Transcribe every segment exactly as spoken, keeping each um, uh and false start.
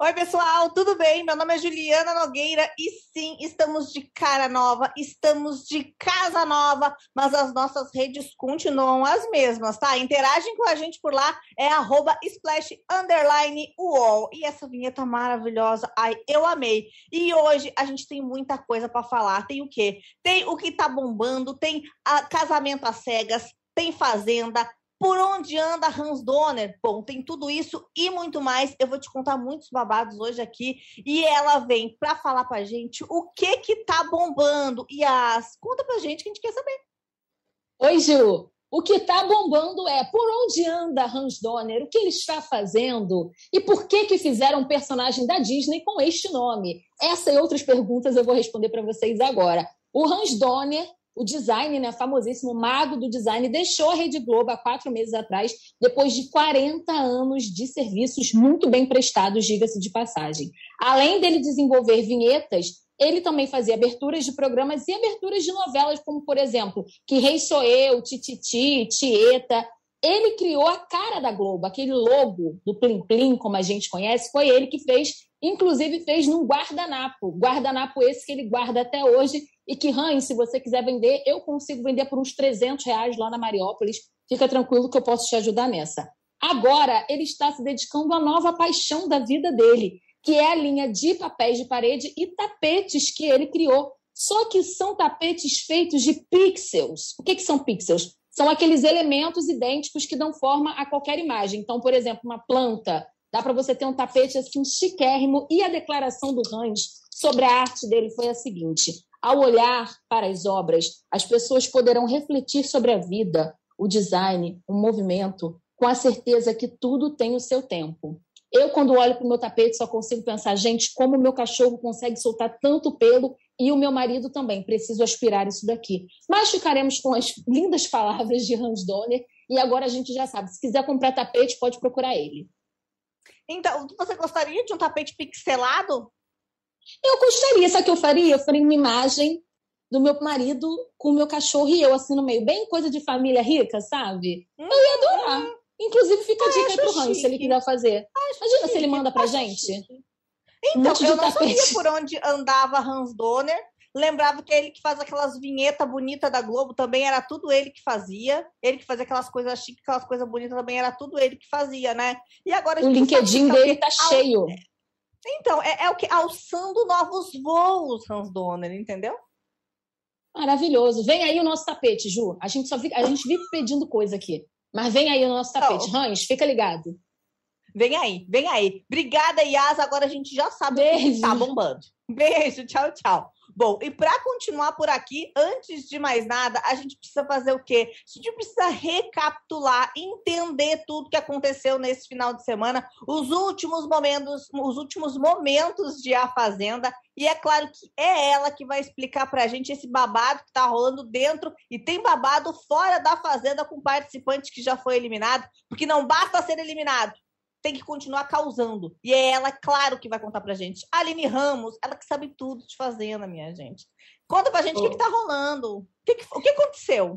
Oi, pessoal, tudo bem? Meu nome é Juliana Nogueira e sim, estamos de cara nova, estamos de casa nova, mas as nossas redes continuam as mesmas, tá? Interagem com a gente por lá, é arroba splash underline uol. E essa vinheta maravilhosa, ai, eu amei. E hoje a gente tem muita coisa para falar. Tem o quê? Tem o que tá bombando, tem a casamento às cegas, tem fazenda. Por onde anda Hans Donner? Bom, tem tudo isso e muito mais. Eu vou te contar muitos babados hoje aqui. E ela vem para falar pra gente o que que tá bombando. Yas, conta pra gente que a gente quer saber. Oi, Ju. O que tá bombando é por onde anda Hans Donner, o que ele está fazendo e por que que fizeram um personagem da Disney com este nome. Essa e outras perguntas eu vou responder para vocês agora. O Hans Donner, o design, né, famosíssimo mago do design, deixou a Rede Globo há quatro meses atrás, depois de quarenta anos de serviços muito bem prestados, diga-se de passagem. Além dele desenvolver vinhetas, ele também fazia aberturas de programas e aberturas de novelas, como, por exemplo, Que Rei Sou Eu, Tititi, Tieta. Ele criou a cara da Globo, aquele logo do Plim Plim, como a gente conhece, foi ele que fez, inclusive fez num guardanapo, guardanapo esse que ele guarda até hoje, e que, Hans, se você quiser vender, eu consigo vender por uns trezentos reais lá na Mariópolis. Fica tranquilo que eu posso te ajudar nessa. Agora, ele está se dedicando à nova paixão da vida dele, que é a linha de papéis de parede e tapetes que ele criou. Só que são tapetes feitos de pixels. O que, que são pixels? São aqueles elementos idênticos que dão forma a qualquer imagem. Então, por exemplo, uma planta, dá para você ter um tapete assim chiquérrimo. E a declaração do Hans sobre a arte dele foi a seguinte: ao olhar para as obras, as pessoas poderão refletir sobre a vida, o design, o movimento, com a certeza que tudo tem o seu tempo. Eu, quando olho para o meu tapete, só consigo pensar, gente, como o meu cachorro consegue soltar tanto pelo e o meu marido também. Preciso aspirar isso daqui. Mas ficaremos com as lindas palavras de Hans Donner e agora a gente já sabe. Se quiser comprar tapete, pode procurar ele. Então, você gostaria de um tapete pixelado? Eu gostaria, sabe o que eu faria? Eu faria uma imagem do meu marido com o meu cachorro e eu assim no meio. Bem coisa de família rica, sabe? Hum, eu ia adorar. Hum. Inclusive, fica a dica aí pro Hans, se ele quiser fazer. Acho Imagina chique. Se ele manda pra acho gente. Chique. Então, um eu não tapete. Sabia por onde andava Hans Donner. Lembrava que ele que faz aquelas vinhetas bonitas da Globo, também era tudo ele que fazia. Ele que fazia aquelas coisas chiques, aquelas coisas bonitas, também era tudo ele que fazia, né? E agora o LinkedIn dele tá Al... cheio. Então, é, é o que? Alçando novos voos, Hans Donner, entendeu? Maravilhoso. Vem aí o nosso tapete, Ju. A gente, só fica, a gente vive pedindo coisa aqui. Mas vem aí o nosso tapete. Oh. Hans, fica ligado. Vem aí, vem aí. Obrigada, Yas. Agora a gente já sabe o que tá bombando. Beijo, tchau, tchau. Bom, e para continuar por aqui, antes de mais nada, a gente precisa fazer o quê? A gente precisa recapitular, entender tudo que aconteceu nesse final de semana, os últimos momentos, os últimos momentos de A Fazenda, e é claro que é ela que vai explicar pra gente esse babado que tá rolando dentro, e tem babado fora da Fazenda com participante que já foi eliminado, porque não basta ser eliminado, tem que continuar causando. E é ela, claro, que vai contar pra gente. A Aline Ramos, ela que sabe tudo de Fazenda, minha gente. Conta pra gente oh. o que, que tá rolando. O que, que, o que aconteceu?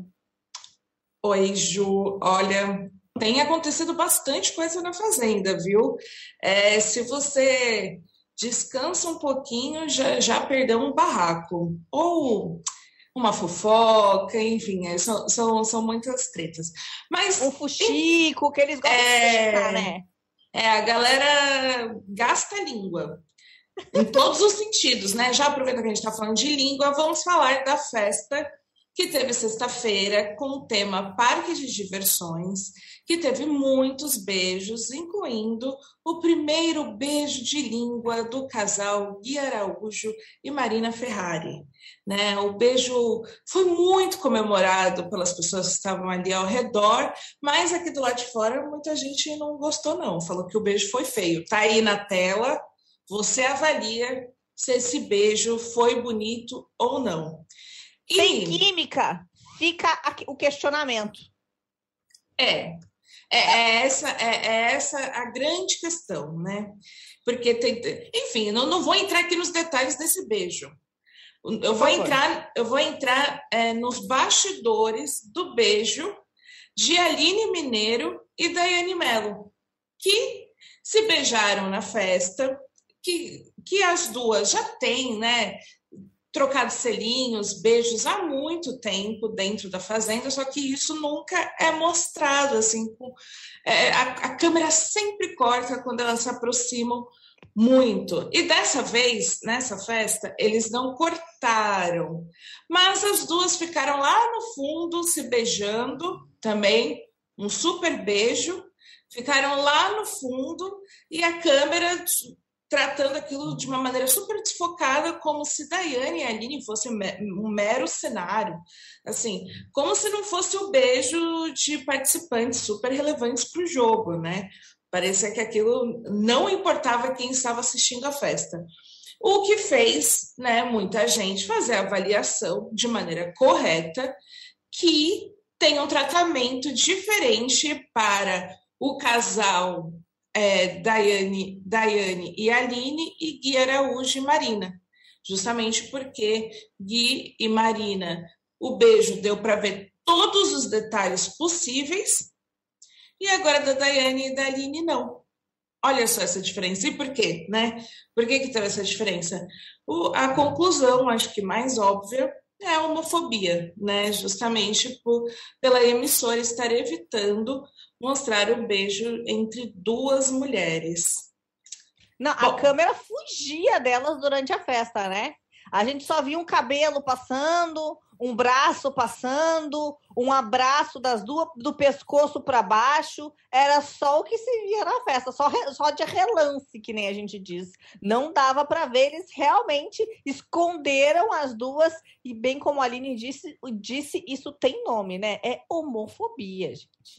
Oi, Ju. Olha, tem acontecido bastante coisa na Fazenda, viu? É, se você descansa um pouquinho, já, já perdeu um barraco. Ou uma fofoca, enfim, é, são, são, são muitas tretas. Mas, um fuxico, que eles gostam é... de fuxicar, né? É, a galera gasta a língua, em todos os sentidos, né? Já aproveitando que a gente está falando de língua, vamos falar da festa que teve sexta-feira com o tema Parque de Diversões, que teve muitos beijos, incluindo o primeiro beijo de língua do casal Gui Araújo e Marina Ferrari. Né? O beijo foi muito comemorado pelas pessoas que estavam ali ao redor, mas aqui do lado de fora muita gente não gostou não, falou que o beijo foi feio. Tá aí na tela, você avalia se esse beijo foi bonito ou não. E... Sem química, fica aqui o questionamento. É, é, é, essa, é, é essa a grande questão, né? Porque tem, enfim, não, não vou entrar aqui nos detalhes desse beijo. Eu vou entrar, eu vou entrar é, nos bastidores do beijo de Aline Mineiro e Daiane Mello, que se beijaram na festa que, que as duas já têm, né? Trocado selinhos, beijos há muito tempo dentro da fazenda, só que isso nunca é mostrado, assim, com, é, a, a câmera sempre corta quando elas se aproximam muito. E dessa vez, nessa festa, eles não cortaram, mas as duas ficaram lá no fundo se beijando também, um super beijo, ficaram lá no fundo e a câmera tratando aquilo de uma maneira super desfocada, como se Daiane e Aline fossem um mero cenário, assim, como se não fosse o beijo de participantes super relevantes para o jogo, né? Parecia que aquilo não importava quem estava assistindo a festa. O que fez, né, muita gente fazer a avaliação de maneira correta, que tem um tratamento diferente para o casal É, Daiane, Daiane e Aline e Gui Araújo e Marina, justamente porque Gui e Marina, o beijo deu para ver todos os detalhes possíveis e agora da Daiane e da Aline não. Olha só essa diferença. E por quê, né? Por que que teve essa diferença? O, a conclusão, acho que mais óbvia, é a homofobia, né? Justamente por, pela emissora estar evitando mostrar o beijo entre duas mulheres. Não, Bom, a câmera fugia delas durante a festa, né? A gente só via um cabelo passando, um braço passando, um abraço das duas do pescoço para baixo. Era só o que se via na festa, só, só de relance, que nem a gente diz. Não dava para ver, eles realmente esconderam as duas. E bem como a Aline disse, disse, isso tem nome, né? É homofobia, gente.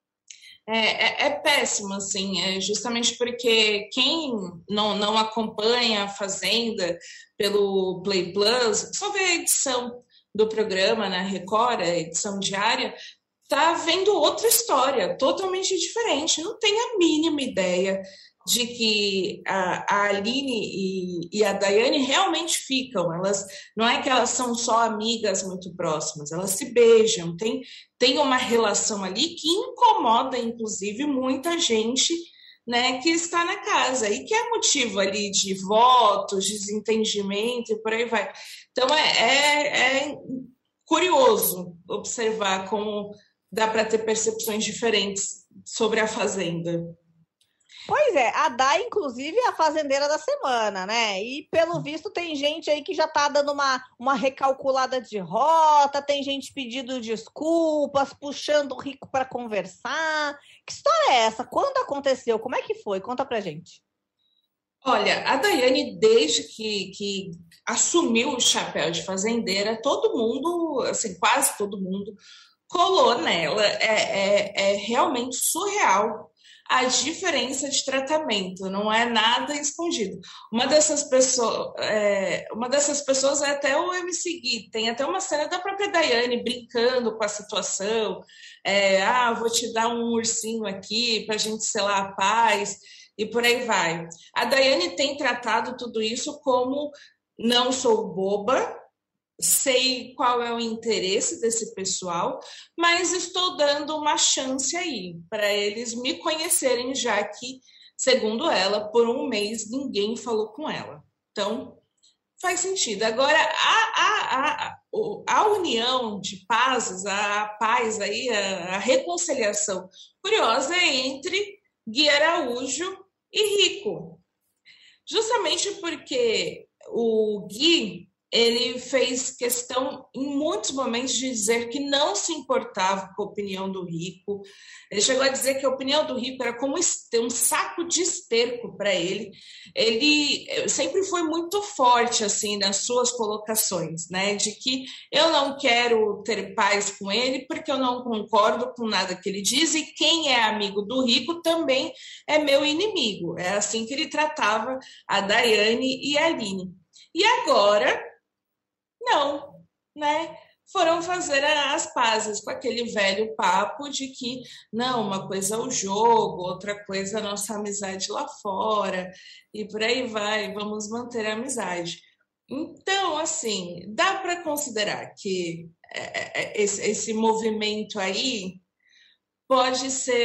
É, é, é péssimo, assim, é justamente porque quem não, não acompanha a Fazenda pelo Play Plus, só vê a edição do programa na Record, a edição diária, tá vendo outra história, totalmente diferente, não tem a mínima ideia de que a, a Aline e, e a Daiane realmente ficam, elas, não é que elas são só amigas muito próximas, elas se beijam, tem, tem uma relação ali que incomoda, inclusive, muita gente, né, que está na casa, e que é motivo ali de votos, desentendimento e por aí vai. Então, é, é, é curioso observar como dá para ter percepções diferentes sobre a Fazenda. Pois é, a Dai, inclusive, é a fazendeira da semana, né? E, pelo visto, tem gente aí que já tá dando uma, uma recalculada de rota, tem gente pedindo desculpas, puxando o Rico para conversar. Que história é essa? Quando aconteceu? Como é que foi? Conta pra gente. Olha, a Daiane, desde que, que assumiu o chapéu de fazendeira, todo mundo, assim, quase todo mundo, colou nela. É, é, é realmente surreal a diferença de tratamento, não é nada escondido. Uma dessas pessoas, é, uma dessas pessoas é até o M C Gui, tem até uma cena da própria Daiane brincando com a situação, é, ah, vou te dar um ursinho aqui para a gente selar a paz, e por aí vai. A Daiane tem tratado tudo isso como não sou boba, sei qual é o interesse desse pessoal, mas estou dando uma chance aí para eles me conhecerem, já que, segundo ela, por um mês ninguém falou com ela. Então, faz sentido. Agora, a, a, a, a união de pazes, a paz aí, a, a reconciliação curiosa é entre Gui Araújo e Rico. Justamente porque o Gui, ele fez questão, em muitos momentos, de dizer que não se importava com a opinião do Rico. Ele chegou a dizer que a opinião do Rico era como um saco de esterco para ele. Ele sempre foi muito forte assim nas suas colocações, né? De que eu não quero ter paz com ele porque eu não concordo com nada que ele diz, e quem é amigo do Rico também é meu inimigo. É assim que ele tratava a Daiane e a Aline. E agora, não, né? Foram fazer as pazes com aquele velho papo de que, não, uma coisa é o jogo, outra coisa é a nossa amizade lá fora, e por aí vai, vamos manter a amizade. Então, assim, dá para considerar que esse, esse movimento aí pode ser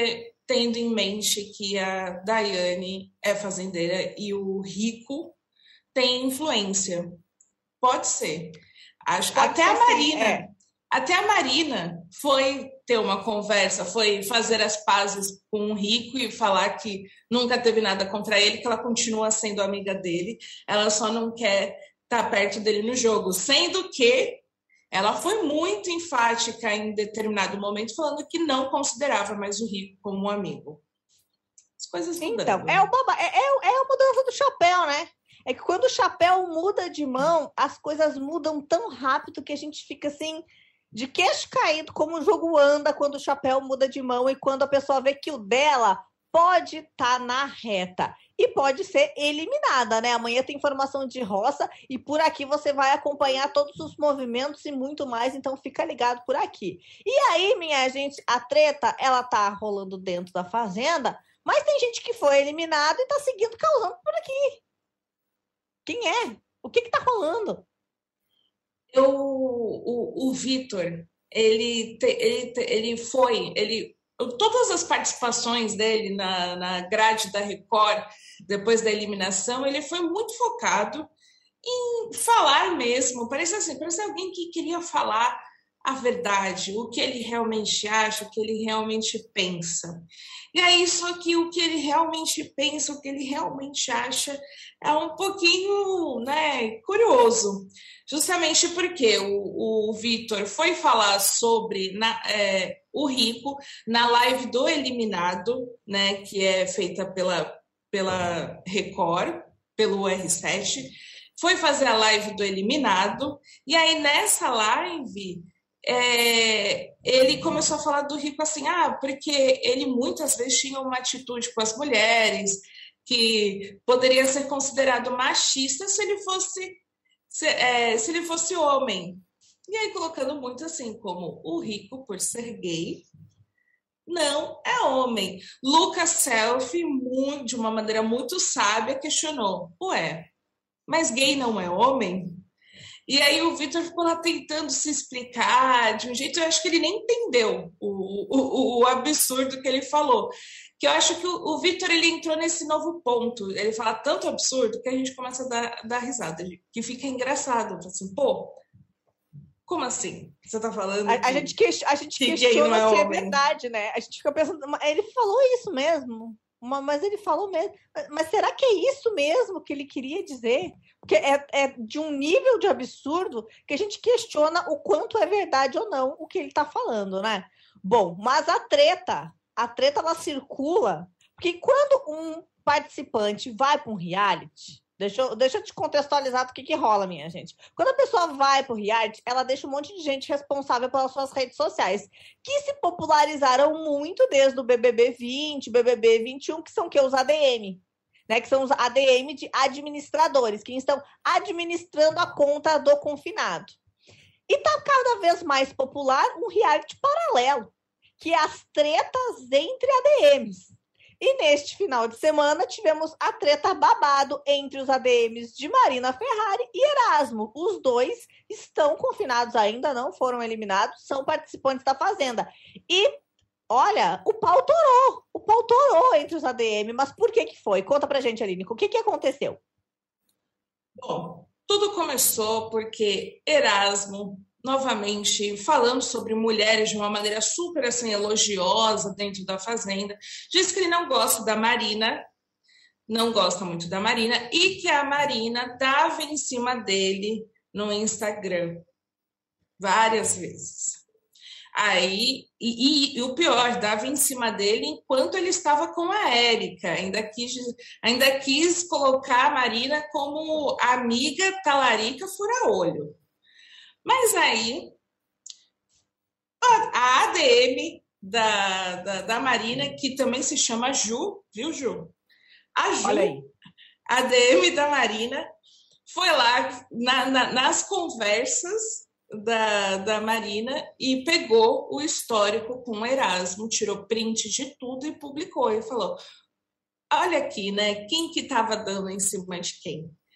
tendo em mente que a Daiane é fazendeira e o Rico tem influência. Pode ser. Acho, Pode até ser, a Marina, sim, é. até a Marina foi ter uma conversa, foi fazer as pazes com o Rico e falar que nunca teve nada contra ele, que ela continua sendo amiga dele, ela só não quer estar perto dele no jogo, sendo que ela foi muito enfática em determinado momento, falando que não considerava mais o Rico como um amigo. As coisas mudando. Então, é, o baba... é, é, é a mudança do chapéu, né? É que quando o chapéu muda de mão, as coisas mudam tão rápido que a gente fica assim, de queixo caído, como o jogo anda quando o chapéu muda de mão e quando a pessoa vê que o dela pode estar tá na reta e pode ser eliminada, né? Amanhã tem informação de roça e por aqui você vai acompanhar todos os movimentos e muito mais, então fica ligado por aqui. E aí, minha gente, a treta, ela tá rolando dentro da fazenda, mas tem gente que foi eliminado e tá seguindo causando por aqui. Quem é? O que que tá rolando? Eu, o, o Vitor, ele, te, ele, te, ele foi, ele, todas as participações dele na, na grade da Record, depois da eliminação, ele foi muito focado em falar mesmo, parece assim, parece alguém que queria falar a verdade, o que ele realmente acha, o que ele realmente pensa. E aí, só que o que ele realmente pensa, o que ele realmente acha, é um pouquinho, né, curioso. Justamente porque o, o Vitor foi falar sobre na, é, o Rico na live do Eliminado, né, que é feita pela, pela Record, pelo R sete, foi fazer a live do Eliminado, e aí nessa live... É, ele começou a falar do Rico assim, ah, porque ele muitas vezes tinha uma atitude com as mulheres que poderia ser considerado machista se ele fosse se, é, se ele fosse homem. E aí colocando muito assim, como o Rico, por ser gay, não é homem. Lucas Selfie, muito, de uma maneira muito sábia, questionou, ué, mas gay não é homem? E aí o Vitor ficou lá tentando se explicar de um jeito, eu acho que ele nem entendeu o, o, o absurdo que ele falou. Que eu acho que o, o Vitor, ele entrou nesse novo ponto. Ele fala tanto absurdo que a gente começa a dar, dar risada, que fica engraçado. Assim, pô, como assim? Você tá falando A, que, a gente, que, a gente que questiona é se é homem. verdade, né? A gente fica pensando, ele falou isso mesmo? Mas ele falou mesmo. Mas será que é isso mesmo que ele queria dizer? Porque é, é de um nível de absurdo que a gente questiona o quanto é verdade ou não o que ele está falando, né? Bom, mas a treta, a treta ela circula, porque quando um participante vai para um reality, deixa eu, deixa eu te contextualizar do que, que rola, minha gente. Quando a pessoa vai para o reality, ela deixa um monte de gente responsável pelas suas redes sociais, que se popularizaram muito desde o B B B vinte, B B B vinte e um, que são que os A D M. Né, que são os A D M de administradores, que estão administrando a conta do confinado. E está cada vez mais popular um reality paralelo, que é as tretas entre A D Ms. E neste final de semana tivemos a treta babado entre os A D Ms de Marina Ferrari e Erasmo. Os dois estão confinados ainda, não foram eliminados, são participantes da Fazenda. E olha, o pau torou, o pau torou entre os A D M, mas por que que foi? Conta pra gente, Aline, o que que aconteceu? Bom, tudo começou porque Erasmo, novamente, falando sobre mulheres de uma maneira super assim, elogiosa dentro da Fazenda, disse que ele não gosta da Marina, não gosta muito da Marina, e que a Marina dava em cima dele no Instagram várias vezes. Aí, e, e, e o pior, dava em cima dele enquanto ele estava com a Érica. Ainda quis, ainda quis colocar a Marina como amiga talarica fura-olho. Mas aí, a A D M da, da, da Marina, que também se chama Ju, viu, Ju? A Ju, olha aí. a A D M da Marina, foi lá na, na, nas conversas Da, da Marina e pegou o histórico com o Erasmo, tirou print de tudo e publicou. E falou, olha aqui, né? Quem que estava dando em cima de quem?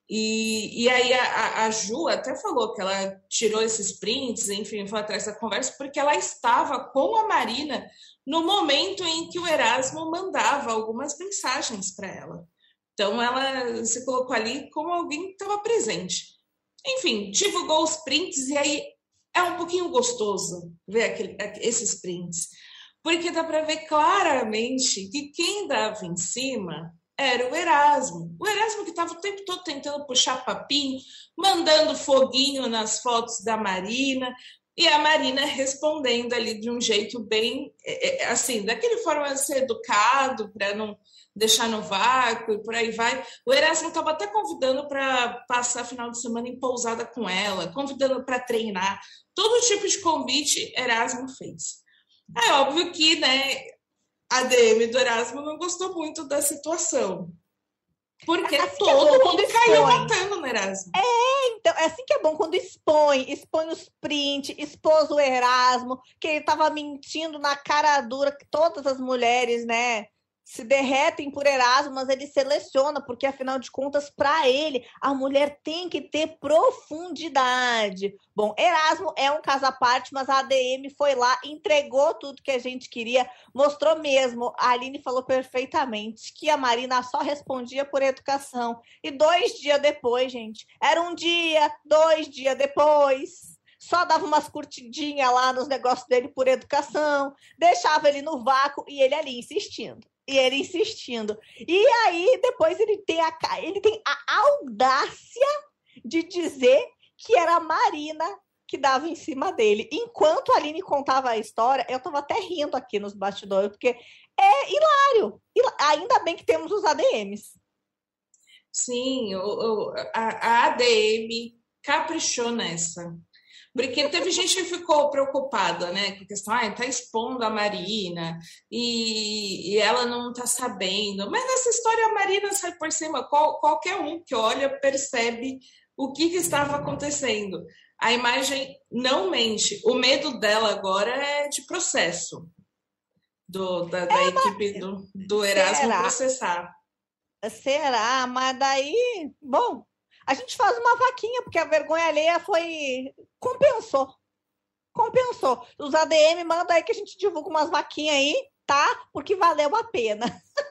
E, e aí a, a Ju até falou que ela tirou esses prints, enfim, foi atrás da conversa, porque ela estava com a Marina no momento em que o Erasmo mandava algumas mensagens para ela. Então ela se colocou ali como alguém que estava presente. Enfim, divulgou os prints e aí é um pouquinho gostoso ver aquele, esses prints, porque dá para ver claramente que quem dava em cima era o Erasmo. O Erasmo que estava o tempo todo tentando puxar papinho, mandando foguinho nas fotos da Marina, e a Marina respondendo ali de um jeito bem, assim, daquele forma de ser educado, para não deixar no vácuo e por aí vai. O Erasmo estava até convidando para passar final de semana em pousada com ela, convidando para treinar. Todo tipo de convite Erasmo fez. É óbvio que, né, a D M do Erasmo não gostou muito da situação. Porque assim todo é mundo caiu matando no Erasmo. É, então, é assim que é bom, quando expõe, expõe os prints, expôs o Erasmo, que ele estava mentindo na cara dura, que todas as mulheres, né, se derretem por Erasmo, mas ele seleciona, porque afinal de contas, para ele, a mulher tem que ter profundidade. Bom, Erasmo é um caso à parte, mas a A D M foi lá, entregou tudo que a gente queria, mostrou mesmo. A Aline falou perfeitamente que a Marina só respondia por educação. E dois dias depois, gente, era um dia, dois dias depois, só dava umas curtidinhas lá nos negócios dele por educação, deixava ele no vácuo e ele ali insistindo. E ele insistindo. E aí, depois ele tem a, ele tem a audácia de dizer que era a Marina que dava em cima dele. Enquanto a Aline contava a história, eu estava até rindo aqui nos bastidores, porque é hilário. Ainda bem que temos os A D Ms. Sim, o, o, a, a A D M caprichou nessa. Porque teve gente que ficou preocupada, né, com a questão, ah, tá expondo a Marina e, e ela não tá sabendo. Mas nessa história a Marina sai por cima, Qual, qualquer um que olha percebe o que, que estava acontecendo. A imagem não mente. O medo dela agora é de processo do, da, da é, equipe do, do Erasmo será? processar. Será? Mas daí, bom, a gente faz uma vaquinha, porque a vergonha alheia foi... Compensou. Compensou. Os A D M mandam aí que a gente divulga umas vaquinhas aí, tá? Porque valeu a pena.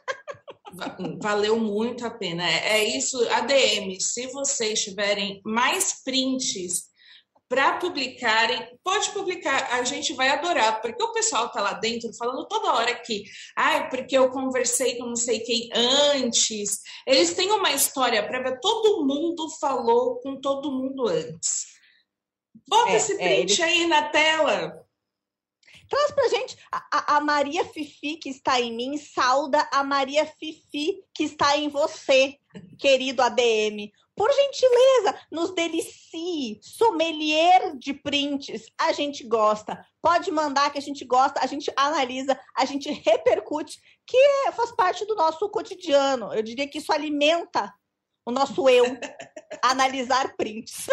Valeu muito a pena. É isso, A D M, se vocês tiverem mais prints para publicarem, pode publicar, a gente vai adorar, porque o pessoal tá lá dentro falando toda hora que, ai, porque eu conversei com não sei quem antes. Eles têm uma história prévia, todo mundo falou com todo mundo antes. Bota é, esse print é, ele... aí na tela. Traz pra gente. A, a Maria Fifi que está em mim sauda a Maria Fifi que está em você, querido A D M. Por gentileza, nos delicie, sommelier de prints, a gente gosta. Pode mandar que a gente gosta, a gente analisa, a gente repercute, que é, faz parte do nosso cotidiano. Eu diria que isso alimenta o nosso eu, analisar prints.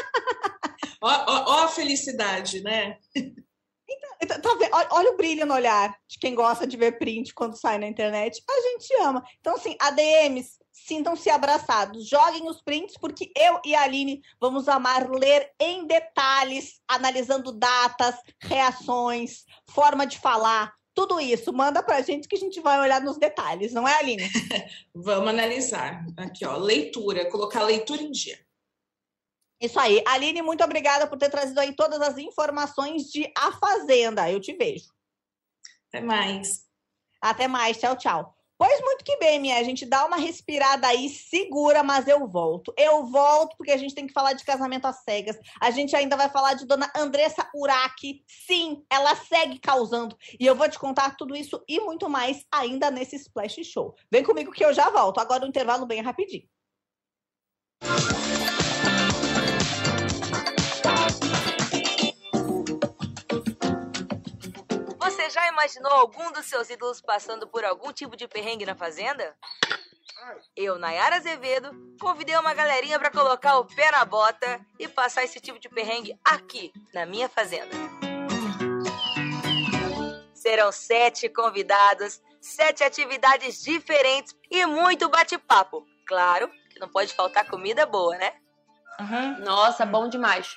Ó, ó, ó a felicidade, né? Então, tá vendo? Olha, olha o brilho no olhar de quem gosta de ver print quando sai na internet. A gente ama. Então, assim, A D Ms, sintam-se abraçados. Joguem os prints, porque eu e a Aline vamos amar ler em detalhes, analisando datas, reações, forma de falar, tudo isso. Manda pra gente que a gente vai olhar nos detalhes, não é, Aline? Vamos analisar. Aqui, ó, leitura, colocar a leitura em dia. Isso aí. Aline, muito obrigada por ter trazido aí todas as informações de A Fazenda. Eu te vejo. Até mais. Até mais. Tchau, tchau. Pois muito que bem, minha gente. Dá uma respirada aí, segura, mas eu volto. Eu volto porque a gente tem que falar de Casamento às Cegas. A gente ainda vai falar de Dona Andressa Urach. Sim, ela segue causando. E eu vou te contar tudo isso e muito mais ainda nesse Splash Show. Vem comigo que eu já volto. Agora um intervalo bem rapidinho. Você já imaginou algum dos seus ídolos passando por algum tipo de perrengue na fazenda? Eu, Nayara Azevedo, convidei uma galerinha para colocar o pé na bota e passar esse tipo de perrengue aqui, na minha fazenda. Serão sete convidados, sete atividades diferentes e muito bate-papo. Claro que não pode faltar comida boa, né? Uhum. Nossa, bom demais.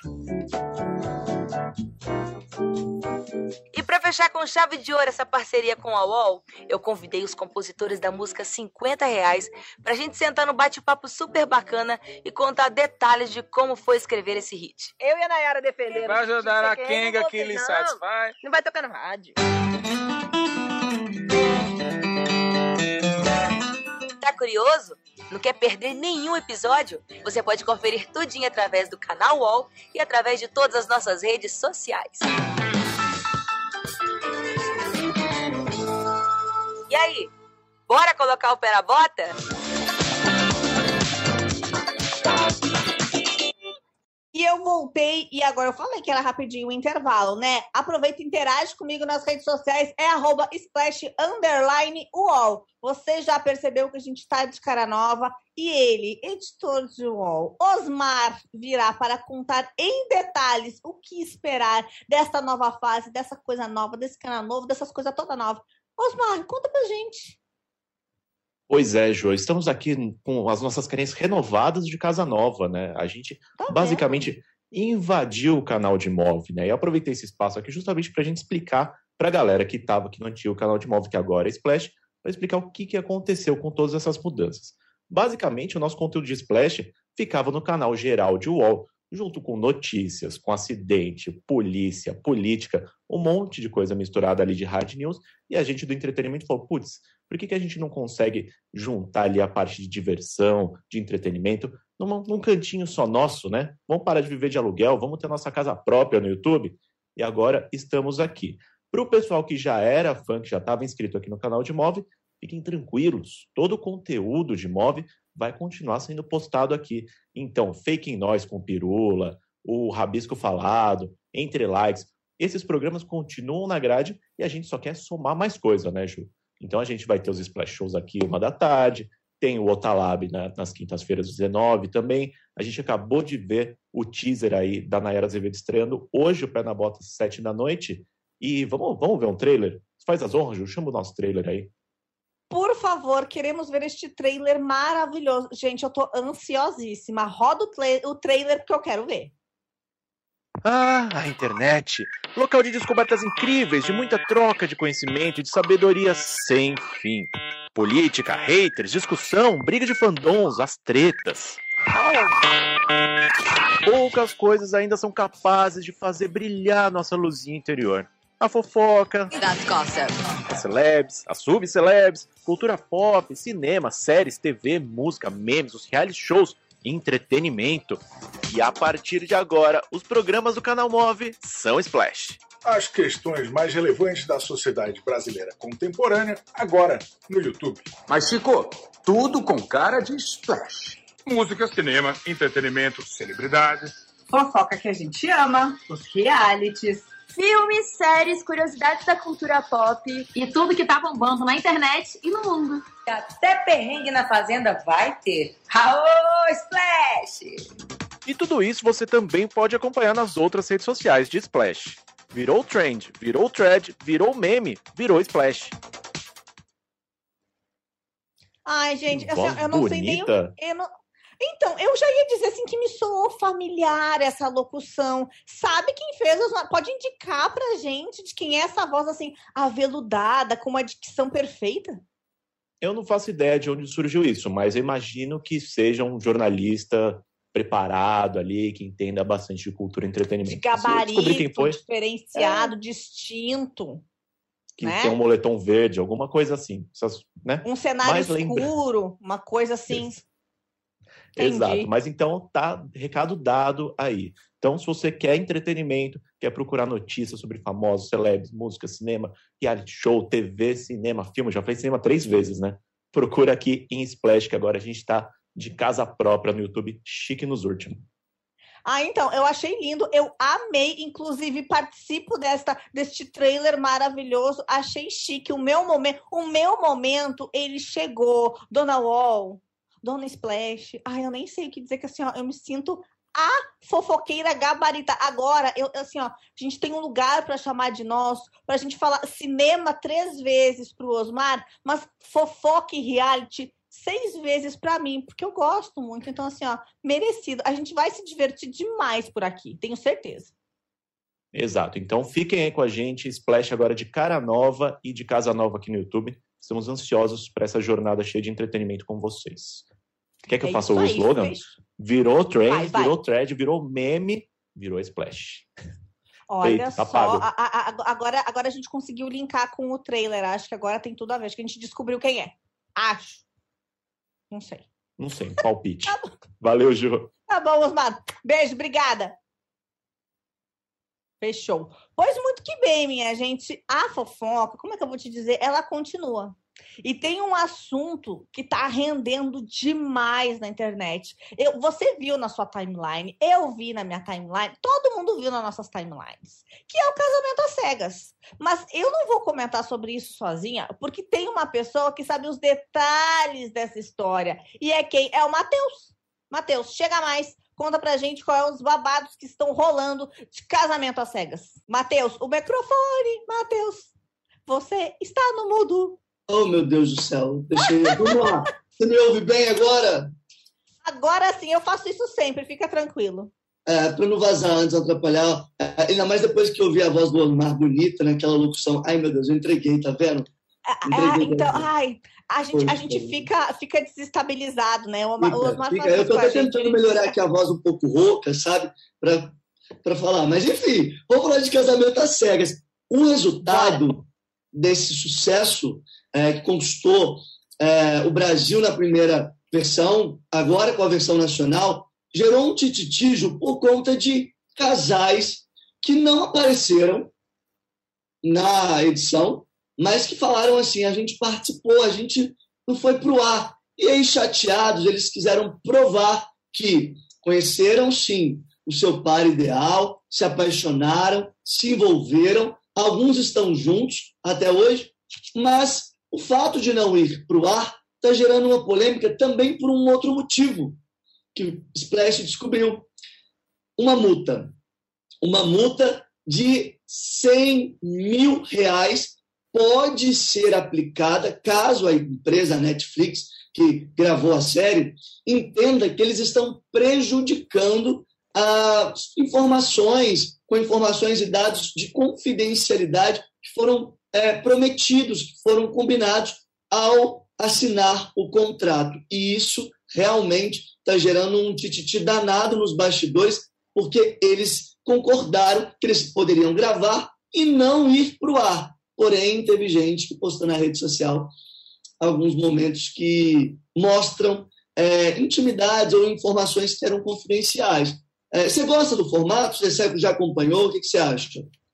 E para fechar com chave de ouro essa parceria com a U O L, eu convidei os compositores da música cinquenta reais pra gente sentar no bate-papo super bacana e contar detalhes de como foi escrever esse hit. Eu e a Nayara defendemos. Vai ajudar a Kenga que lhe satisfaz. Não vai tocar no rádio. Tá curioso? Não quer perder nenhum episódio? Você pode conferir tudinho através do canal U O L e através de todas as nossas redes sociais. E aí, bora colocar o pé na bota? E eu voltei, e agora eu falei que era rapidinho o intervalo, né? Aproveita e interage comigo nas redes sociais, é arroba splash underline U O L. Você já percebeu que a gente tá de cara nova, e ele, editor de U O L, Osmar, virá para contar em detalhes o que esperar desta nova fase, dessa coisa nova, desse canal novo, dessas coisas toda nova. Osmar, conta pra gente. Pois é, Jo, estamos aqui com as nossas carinhas renovadas de casa nova, né? A gente tá basicamente vendo? invadiu o canal de Move, né? E eu aproveitei esse espaço aqui justamente para a gente explicar para a galera que estava aqui no antigo canal de Move, que agora é Splash, para explicar o que, que aconteceu com todas essas mudanças. Basicamente, o nosso conteúdo de Splash ficava no canal geral de U O L, junto com notícias, com acidente, polícia, política, um monte de coisa misturada ali de hard news, e a gente do entretenimento falou, putz, por que, que a gente não consegue juntar ali a parte de diversão, de entretenimento, num, num cantinho só nosso, né? Vamos parar de viver de aluguel, vamos ter nossa casa própria no YouTube, e agora estamos aqui. Para o pessoal que já era fã, que já estava inscrito aqui no canal de Move, fiquem tranquilos, todo o conteúdo de Move vai continuar sendo postado aqui. Então, Fake em Nós com Pirula, o Rabisco Falado, Entre Likes, esses programas continuam na grade e a gente só quer somar mais coisa, né, Ju? Então a gente vai ter os Splash Shows aqui uma da tarde, tem o Otalab na, nas quintas-feiras, dezenove também. A gente acabou de ver o teaser aí da Nayara Azevedo estreando hoje, o Pé na Bota, às sete da noite. E vamos, vamos ver um trailer? Faz as honras, Ju, chama o nosso trailer aí. Por favor, queremos ver este trailer maravilhoso. Gente, eu tô ansiosíssima. Roda o, tra- o trailer porque eu quero ver. Ah, a internet. Local de descobertas incríveis, de muita troca de conhecimento e de sabedoria sem fim. Política, haters, discussão, briga de fandoms, as tretas. Poucas coisas ainda são capazes de fazer brilhar nossa luzinha interior. A fofoca, as celebs, as subcelebs, cultura pop, cinema, séries, T V, música, memes, os reality shows, entretenimento. E a partir de agora, os programas do canal Move são Splash. As questões mais relevantes da sociedade brasileira contemporânea, agora no YouTube. Mas ficou tudo com cara de Splash. Música, cinema, entretenimento, celebridades. Fofoca que a gente ama, os realities. Filmes, séries, curiosidades da cultura pop e tudo que tá bombando na internet e no mundo. Até perrengue na fazenda vai ter. Aô, Splash! E tudo isso você também pode acompanhar nas outras redes sociais de Splash. Virou trend, virou thread, virou meme, virou Splash. Ai, gente, assim, eu não bonita. sei nem... O, eu não... Então, eu já ia dizer assim que me soou familiar essa locução. Sabe quem fez? Pode indicar pra gente de quem é essa voz assim, aveludada, com uma dicção perfeita? Eu não faço ideia de onde surgiu isso, mas eu imagino que seja um jornalista preparado ali, que entenda bastante de cultura e entretenimento. De gabarito, quem foi, diferenciado, é. distinto. Que né? tem um moletom verde, alguma coisa assim. Essas, né? Um cenário mais escuro, lembra... uma coisa assim... Isso. Exato, mas então tá recado dado aí. Então, se você quer entretenimento, quer procurar notícias sobre famosos, celebres, música, cinema, reality show, T V, cinema, filme, já falei cinema três vezes, né? Procura aqui em Splash, que agora a gente tá de casa própria no YouTube, chique nos últimos. Ah, então, eu achei lindo, eu amei, inclusive participo desta, deste trailer maravilhoso, achei chique, o meu momento, o meu momento, ele chegou, Dona Wall, Dona Splash, ai, eu nem sei o que dizer, que assim, ó, eu me sinto a fofoqueira gabarita. Agora, eu, assim, ó, a gente tem um lugar para chamar de nosso, pra gente falar cinema três vezes pro Osmar, mas fofoca e reality seis vezes para mim, porque eu gosto muito. Então, assim, ó, merecido. A gente vai se divertir demais por aqui, tenho certeza. Exato. Então, fiquem aí com a gente. Splash agora de cara nova e de casa nova aqui no YouTube. Estamos ansiosos para essa jornada cheia de entretenimento com vocês. Quer que eu é faça o aí, slogan? Virou trend, vai, vai. virou thread, virou meme, virou Splash. Olha Feito, tá só, a, a, agora, agora a gente conseguiu linkar com o trailer. Acho que agora tem tudo a ver. Acho que a gente descobriu quem é. Acho. Não sei. Não sei, palpite. Tá Valeu, Ju. Tá bom, Osmar. Beijo, obrigada. Fechou. Pois muito que bem, minha gente. A fofoca, como é que eu vou te dizer? Ela continua. E tem um assunto que tá rendendo demais na internet. Eu, você viu na sua timeline, eu vi na minha timeline, todo mundo viu nas nossas timelines, que é o casamento às cegas. Mas eu não vou comentar sobre isso sozinha, porque tem uma pessoa que sabe os detalhes dessa história. E é quem? É o Matheus. Matheus, chega mais. Conta pra gente qual é os babados que estão rolando de casamento às cegas. Matheus, o microfone. Matheus, você está no mudo. Oh, meu Deus do céu. Deixa eu... Vamos lá. Você me ouve bem agora? Agora sim, eu faço isso sempre. Fica tranquilo. É, para não vazar antes, atrapalhar. É, ainda mais depois que eu ouvi a voz do Osmar bonita, naquela locução. Ai, meu Deus, eu entreguei, tá vendo? Entreguei, é, então, tá ai, a gente, a gente fica, fica desestabilizado, né? O, fica, o Osmar fica. Eu tô até tentando gente, melhorar fica... aqui a voz um pouco rouca, sabe? Para para falar. Mas, enfim, vamos falar de casamento às cegas. O resultado Bora. desse sucesso é, que conquistou é, o Brasil na primeira versão, agora com a versão nacional, gerou um tititijo por conta de casais que não apareceram na edição, mas que falaram assim, a gente participou, a gente não foi para o ar. E aí, chateados, eles quiseram provar que conheceram, sim, o seu par ideal, se apaixonaram, se envolveram, alguns estão juntos até hoje, mas o fato de não ir para o ar está gerando uma polêmica também por um outro motivo que o Splash descobriu. Uma multa. Uma multa de cem mil reais pode ser aplicada caso a empresa Netflix, que gravou a série, entenda que eles estão prejudicando as informações, com informações e dados de confidencialidade que foram é, prometidos, que foram combinados ao assinar o contrato. E isso realmente está gerando um tititi danado nos bastidores, porque eles concordaram que eles poderiam gravar e não ir para o ar. Porém, teve gente que postou na rede social alguns momentos que mostram é, intimidades ou informações que eram confidenciais. É, você gosta do formato? Você já acompanhou? O que, que você acha?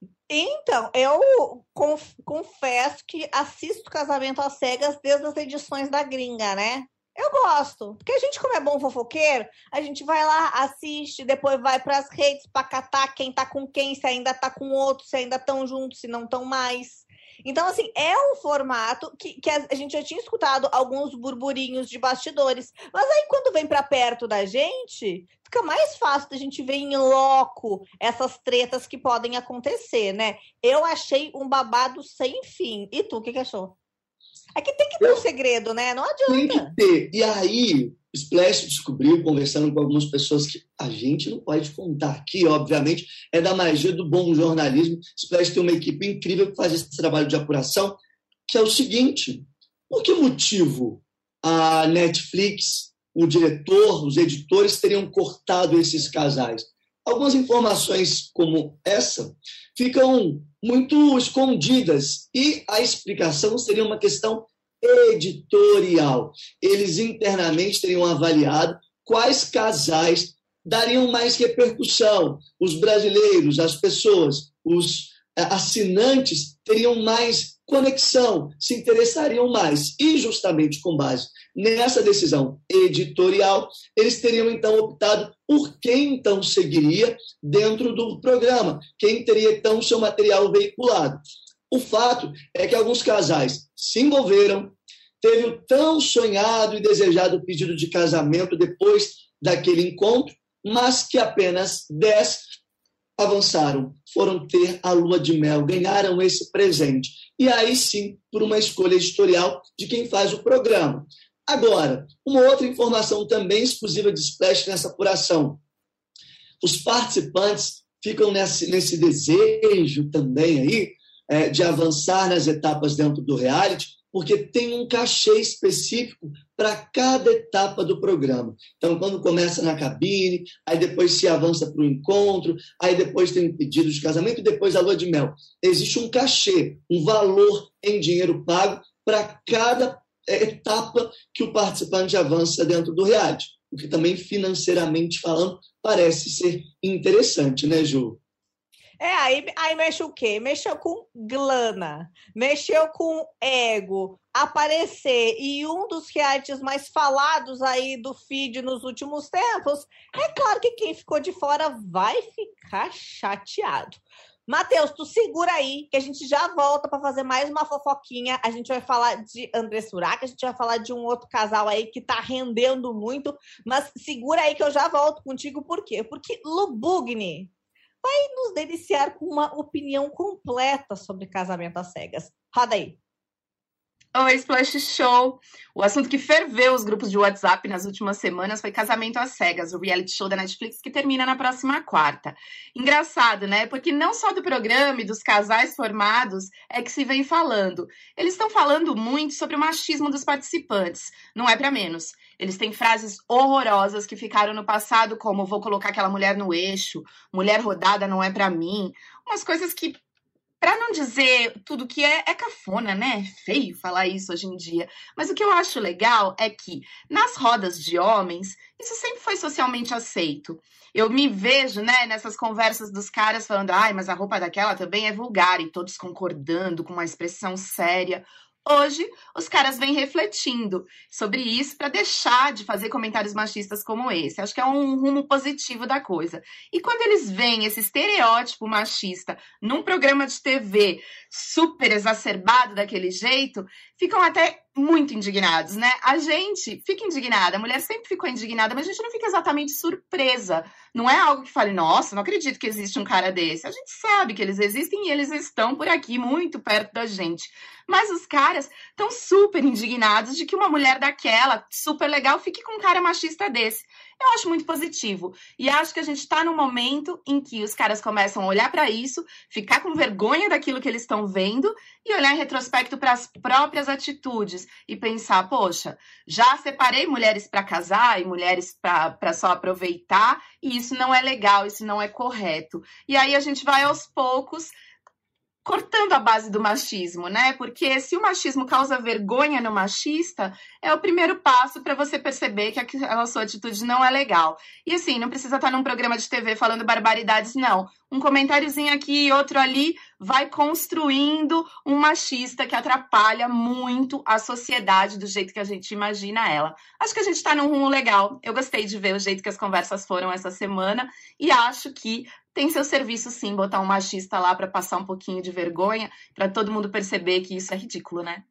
Então, eu conf- confesso que assisto Casamento às Cegas desde as edições da gringa, né? Eu gosto, porque a gente, como é bom fofoqueiro, a gente vai lá, assiste, depois vai para as redes para catar quem tá com quem, se ainda tá com outro, se ainda estão juntos, se não estão mais. Então, assim, é um formato que, que a gente já tinha escutado alguns burburinhos de bastidores, mas aí quando vem para perto da gente, fica mais fácil da gente ver em loco essas tretas que podem acontecer, né? Eu achei um babado sem fim. E tu, o que, que achou? É que tem que ter um segredo, né? Não adianta. Tem que ter. E aí, o Splash descobriu, conversando com algumas pessoas, que a gente não pode contar aqui, obviamente, é da magia do bom jornalismo. O Splash tem uma equipe incrível que faz esse trabalho de apuração, que é o seguinte: por que motivo a Netflix, o diretor, os editores teriam cortado esses casais? Algumas informações como essa ficam muito escondidas e a explicação seria uma questão editorial. Eles internamente teriam avaliado quais casais dariam mais repercussão. Os brasileiros, as pessoas, os assinantes teriam mais conexão, se interessariam mais. E justamente com base nessa decisão editorial, eles teriam então optado por quem então seguiria dentro do programa, quem teria então seu material veiculado. O fato é que alguns casais se envolveram, teve o tão sonhado e desejado pedido de casamento depois daquele encontro, mas que apenas dez avançaram, foram ter a lua de mel, ganharam esse presente. E aí sim, por uma escolha editorial de quem faz o programa. Agora, uma outra informação também exclusiva de Splash nessa apuração. Os participantes ficam nesse, nesse desejo também aí é, de avançar nas etapas dentro do reality, porque tem um cachê específico para cada etapa do programa. Então, quando começa na cabine, aí depois se avança para o encontro, aí depois tem o pedido de casamento e depois a lua de mel. Existe um cachê, um valor em dinheiro pago para cada etapa que o participante avança dentro do reality, o que também, financeiramente falando, parece ser interessante, né, Ju? É, aí, aí mexeu o quê? Mexeu com glana, mexeu com ego, aparecer. E um dos realities mais falados aí do feed nos últimos tempos, é claro que quem ficou de fora vai ficar chateado. Matheus, tu segura aí, que a gente já volta para fazer mais uma fofoquinha. A gente vai falar de André Surak, a gente vai falar de um outro casal aí que tá rendendo muito, mas segura aí que eu já volto contigo. Por quê? Porque Lu Bugni vai nos deliciar com uma opinião completa sobre casamento às cegas. Roda aí. Oi, Splash Show! O assunto que ferveu os grupos de WhatsApp nas últimas semanas foi Casamento às Cegas, o reality show da Netflix que termina na próxima quarta. Engraçado, né? Porque não só do programa e dos casais formados é que se vem falando. Eles estão falando muito sobre o machismo dos participantes. Não é pra menos. Eles têm frases horrorosas que ficaram no passado, como vou colocar aquela mulher no eixo, mulher rodada não é pra mim. Umas coisas que, para não dizer tudo que é, é cafona, né? É feio falar isso hoje em dia. Mas o que eu acho legal é que, nas rodas de homens, isso sempre foi socialmente aceito. Eu me vejo, né, nessas conversas dos caras falando, ai, mas a roupa daquela também é vulgar, e todos concordando com uma expressão séria. Hoje, os caras vêm refletindo sobre isso para deixar de fazer comentários machistas como esse. Acho que é um rumo positivo da coisa. E quando eles veem esse estereótipo machista num programa de T V super exacerbado daquele jeito, ficam até muito indignados, né? A gente fica indignada, a mulher sempre ficou indignada, mas a gente não fica exatamente surpresa. Não é algo que fale, nossa, não acredito que existe um cara desse. A gente sabe que eles existem e eles estão por aqui, muito perto da gente. Mas os caras estão super indignados de que uma mulher daquela, super legal, fique com um cara machista desse. Eu acho muito positivo. E acho que a gente está num momento em que os caras começam a olhar para isso, ficar com vergonha daquilo que eles estão vendo e olhar em retrospecto para as próprias atitudes e pensar, poxa, já separei mulheres para casar e mulheres para só aproveitar e isso não é legal, isso não é correto. E aí a gente vai aos poucos cortando a base do machismo, né? Porque se o machismo causa vergonha no machista, é o primeiro passo para você perceber que aquela sua atitude não é legal. E assim, não precisa estar num programa de T V falando barbaridades, não. Um comentáriozinho aqui e outro ali vai construindo um machista que atrapalha muito a sociedade do jeito que a gente imagina ela. Acho que a gente está num rumo legal. Eu gostei de ver o jeito que as conversas foram essa semana e acho que tem seu serviço, sim, botar um machista lá para passar um pouquinho de vergonha, para todo mundo perceber que isso é ridículo, né?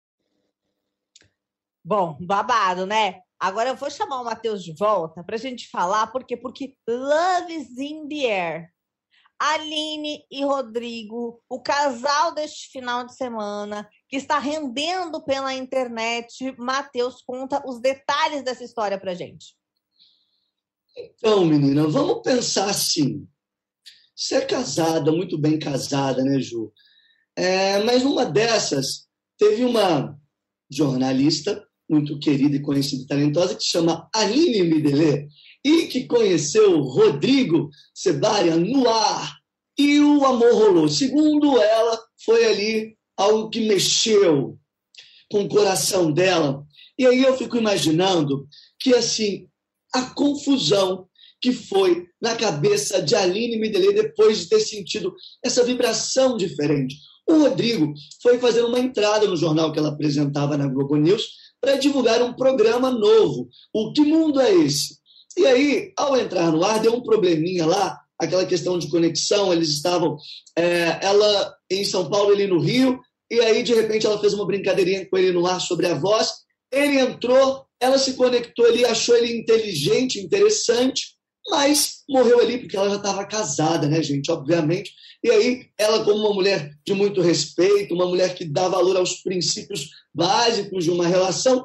Bom, babado, né? Agora eu vou chamar o Matheus de volta para a gente falar, por quê? Porque Love is in the air. Aline e Rodrigo, o casal deste final de semana, que está rendendo pela internet. Matheus, conta os detalhes dessa história pra gente. Então, menina, vamos pensar assim. Você é casada, muito bem casada, né, Ju? É, mas numa dessas, teve uma jornalista muito querida e conhecida e talentosa que se chama Aline Midele e que conheceu Rodrigo Sebarian no ar. E o amor rolou. Segundo ela, foi ali algo que mexeu com o coração dela. E aí eu fico imaginando que, assim, a confusão que foi na cabeça de Aline Midele depois de ter sentido essa vibração diferente. O Rodrigo foi fazer uma entrada no jornal que ela apresentava na Globo News para divulgar um programa novo. O Que Mundo é Esse? E aí, ao entrar no ar, deu um probleminha lá, aquela questão de conexão, eles estavam, é, ela em São Paulo, ele no Rio, e aí, de repente, ela fez uma brincadeirinha com ele no ar sobre a voz, ele entrou, ela se conectou ali, achou ele inteligente, interessante, mas morreu ali porque ela já estava casada, né, gente? Obviamente. E aí, ela, como uma mulher de muito respeito, uma mulher que dá valor aos princípios básicos de uma relação,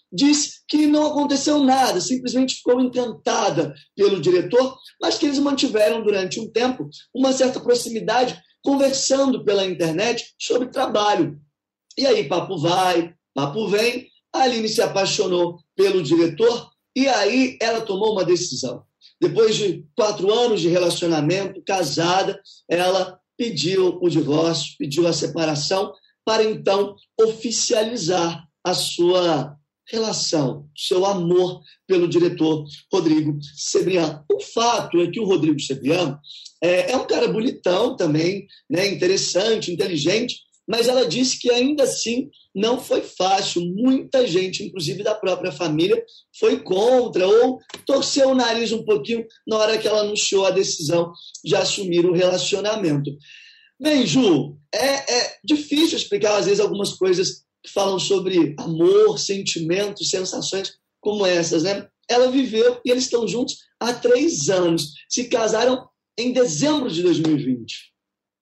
disse que não aconteceu nada, simplesmente ficou encantada pelo diretor, mas que eles mantiveram durante um tempo uma certa proximidade, conversando pela internet sobre trabalho. E aí, papo vai, papo vem, a Aline se apaixonou pelo diretor e aí ela tomou uma decisão. Depois de quatro anos de relacionamento, casada, ela pediu o divórcio, pediu a separação, para então oficializar a sua relação, seu amor pelo diretor Rodrigo Sebriano. O fato é que o Rodrigo Sebriano é, é um cara bonitão também, né, interessante, inteligente, mas ela disse que ainda assim não foi fácil. Muita gente, inclusive da própria família, foi contra ou torceu o nariz um pouquinho na hora que ela anunciou a decisão de assumir o relacionamento. Bem, Ju, é, é difícil explicar, às vezes, algumas coisas que falam sobre amor, sentimentos, sensações como essas, né? Ela viveu e eles estão juntos há três anos. Se casaram em dezembro de dois mil e vinte.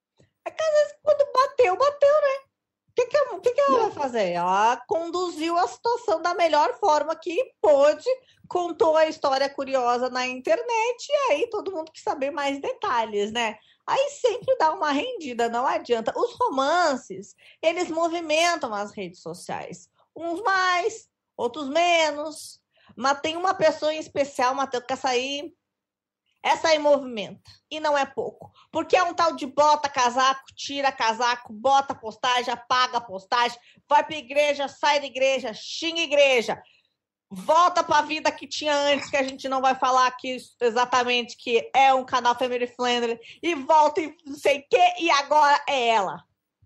É que, às vezes, quando bateu, bateu, né? O que, que, o que, que ela vai fazer? Ela conduziu a situação da melhor forma que pôde, contou a história curiosa na internet e aí todo mundo quis saber mais detalhes, né? Aí sempre dá uma rendida, não adianta. Os romances, eles movimentam as redes sociais. Uns mais, outros menos. Mas tem uma pessoa em especial, Matheus, que essa aí, essa aí movimenta. E não é pouco. Porque é um tal de bota casaco, tira casaco, bota postagem, apaga postagem, vai pra igreja, sai da igreja, xinga a igreja. Volta para a vida que tinha antes, que a gente não vai falar aqui exatamente, que é um canal Family Friendly, e volta e não sei o quê, e agora é ela.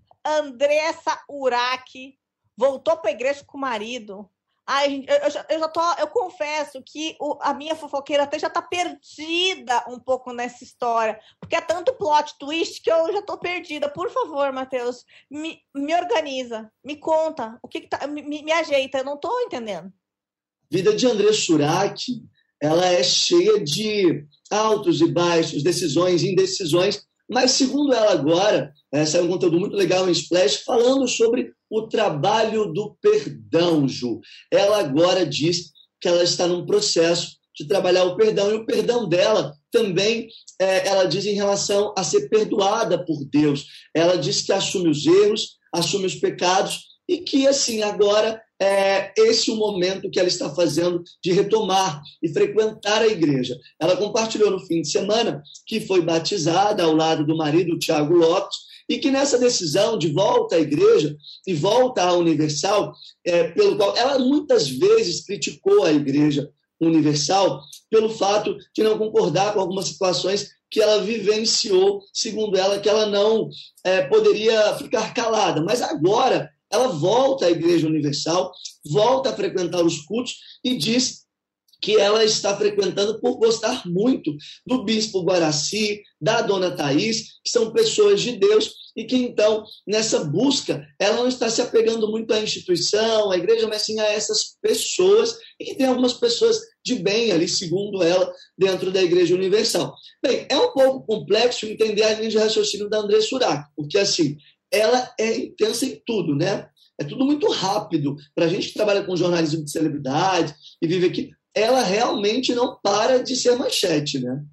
Andressa Urach voltou para a igreja com o marido. Ai, eu, eu, já, eu já tô, eu confesso que o, a minha fofoqueira até já tá perdida um pouco nessa história, porque é tanto plot twist que eu já tô perdida. Por favor, Matheus, me, me organiza, me conta, o que, que tá, me, me ajeita, eu não tô entendendo. A vida de Andressa Urach, ela é cheia de altos e baixos, decisões e indecisões, mas segundo ela agora, é, saiu um conteúdo muito legal em Splash, falando sobre o trabalho do perdão, Ju. Ela agora diz que ela está num processo de trabalhar o perdão, e o perdão dela também, é, ela diz em relação a ser perdoada por Deus. Ela diz que assume os erros, assume os pecados, e que, assim, agora é esse o momento que ela está fazendo de retomar e frequentar a igreja. Ela compartilhou no fim de semana que foi batizada ao lado do marido, Tiago Lopes, e que nessa decisão de volta à igreja e volta à Universal, é, pelo qual ela muitas vezes criticou a Igreja Universal pelo fato de não concordar com algumas situações que ela vivenciou, segundo ela, que ela não é, poderia ficar calada. Mas agora ela volta à Igreja Universal, volta a frequentar os cultos e diz que ela está frequentando por gostar muito do Bispo Guaraci, da Dona Thaís, que são pessoas de Deus, e que então, nessa busca, ela não está se apegando muito à instituição, à igreja, mas sim a essas pessoas, e que tem algumas pessoas de bem ali, segundo ela, dentro da Igreja Universal. Bem, é um pouco complexo entender a linha de raciocínio da Andressa Urach, porque assim, ela é intensa em tudo, né? É tudo muito rápido. Para a gente que trabalha com jornalismo de celebridade e vive aqui, ela realmente não para de ser manchete, né?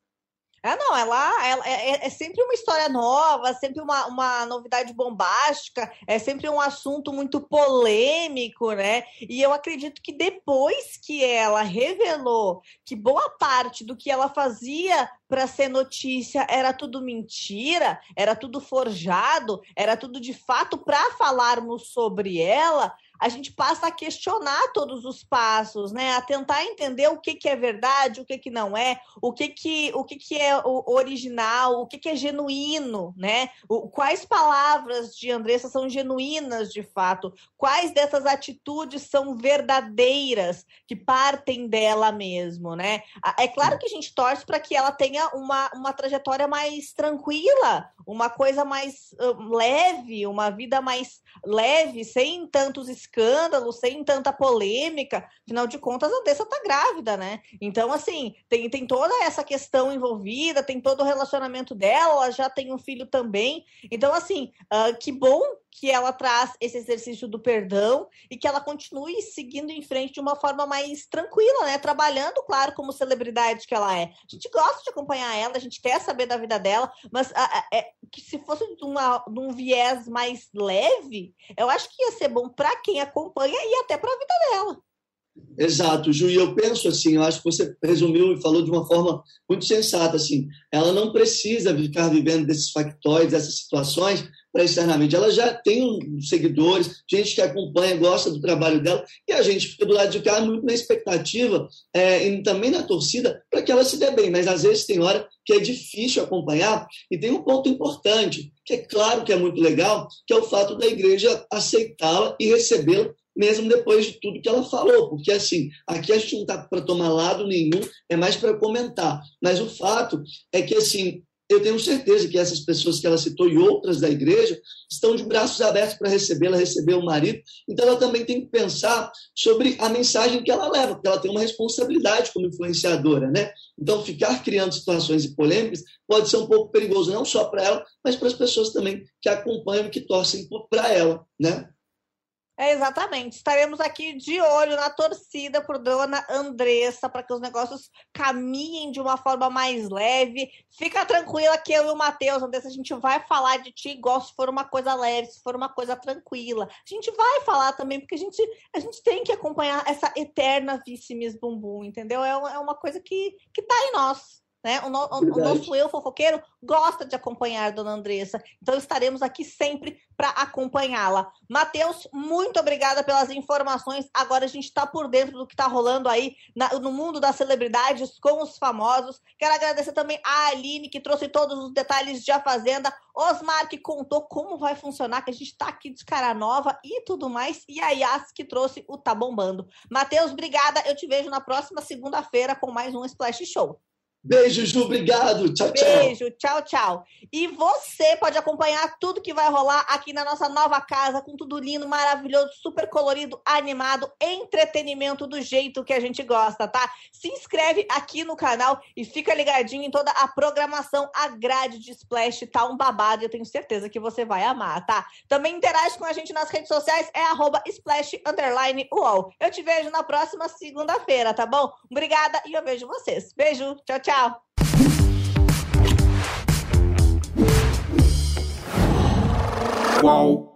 É, não, ela, ela é, é sempre uma história nova, sempre uma, uma novidade bombástica, é sempre um assunto muito polêmico, né? E eu acredito que depois que ela revelou que boa parte do que ela fazia para ser notícia era tudo mentira, era tudo forjado, era tudo de fato para falarmos sobre ela, a gente passa a questionar todos os passos, né? A tentar entender o que, que é verdade, o que, que não é, o que, que, o que, que é o original, o que, que é genuíno, né? O, quais palavras de Andressa são genuínas de fato, quais dessas atitudes são verdadeiras, que partem dela mesmo, né? É claro que a gente torce para que ela tenha uma, uma trajetória mais tranquila, uma coisa mais uh, leve, uma vida mais leve, sem tantos escândalos, sem tanta polêmica. Afinal de contas, a Andressa tá grávida, né? Então, assim, tem, tem toda essa questão envolvida, tem todo o relacionamento dela, ela já tem um filho também. Então, assim, uh, que bom que ela traz esse exercício do perdão e que ela continue seguindo em frente de uma forma mais tranquila, né? Trabalhando, claro, como celebridade que ela é. A gente gosta de acompanhar ela, a gente quer saber da vida dela, mas a, a, é, que se fosse de, uma, de um viés mais leve, eu acho que ia ser bom para quem acompanha e até para a vida dela. Exato, Ju, e eu penso assim, eu acho que você resumiu e falou de uma forma muito sensata, assim, ela não precisa ficar vivendo desses factóides, dessas situações, para externamente, ela já tem seguidores, gente que acompanha, gosta do trabalho dela, e a gente fica do lado de cá muito na expectativa, é, e também na torcida, para que ela se dê bem, mas às vezes tem hora que é difícil acompanhar, e tem um ponto importante, que é claro que é muito legal, que é o fato da igreja aceitá-la e recebê-la, mesmo depois de tudo que ela falou, porque assim, aqui a gente não está para tomar lado nenhum, é mais para comentar, mas o fato é que assim, eu tenho certeza que essas pessoas que ela citou e outras da igreja estão de braços abertos para recebê-la, receber o marido, então ela também tem que pensar sobre a mensagem que ela leva, porque ela tem uma responsabilidade como influenciadora, né? Então ficar criando situações e polêmicas pode ser um pouco perigoso, não só para ela, mas para as pessoas também que acompanham e que torcem para ela, né? É, exatamente. Estaremos aqui de olho na torcida por Dona Andressa para que os negócios caminhem de uma forma mais leve. Fica tranquila que eu e o Matheus, Andressa, a gente vai falar de ti igual se for uma coisa leve, se for uma coisa tranquila. A gente vai falar também, porque a gente, a gente tem que acompanhar essa eterna vice Miss Bumbum, entendeu? É uma, é uma coisa que, que tá em nós. Né? O, no, o nosso eu fofoqueiro gosta de acompanhar a Dona Andressa, então estaremos aqui sempre para acompanhá-la. Matheus, muito obrigada pelas informações. Agora a gente está por dentro do que está rolando aí na, no mundo das celebridades com os famosos. Quero agradecer também a Aline, que trouxe todos os detalhes de A Fazenda, Osmar, que contou como vai funcionar, que a gente está aqui de cara nova e tudo mais, e a Yas, que trouxe o Tá Bombando. Matheus, obrigada. Eu te vejo na próxima segunda-feira com mais um Splash Show. Beijo, Ju, obrigado. Tchau, tchau. Beijo, tchau, tchau. E você pode acompanhar tudo que vai rolar aqui na nossa nova casa, com tudo lindo, maravilhoso, super colorido, animado, entretenimento do jeito que a gente gosta, tá? Se inscreve aqui no canal e fica ligadinho em toda a programação. A grade de Splash tá um babado e eu tenho certeza que você vai amar, tá? Também interage com a gente nas redes sociais, é arroba Splash underline UOL. Eu te vejo na próxima segunda-feira, tá bom? Obrigada e eu vejo vocês. Beijo, tchau, tchau. Wow.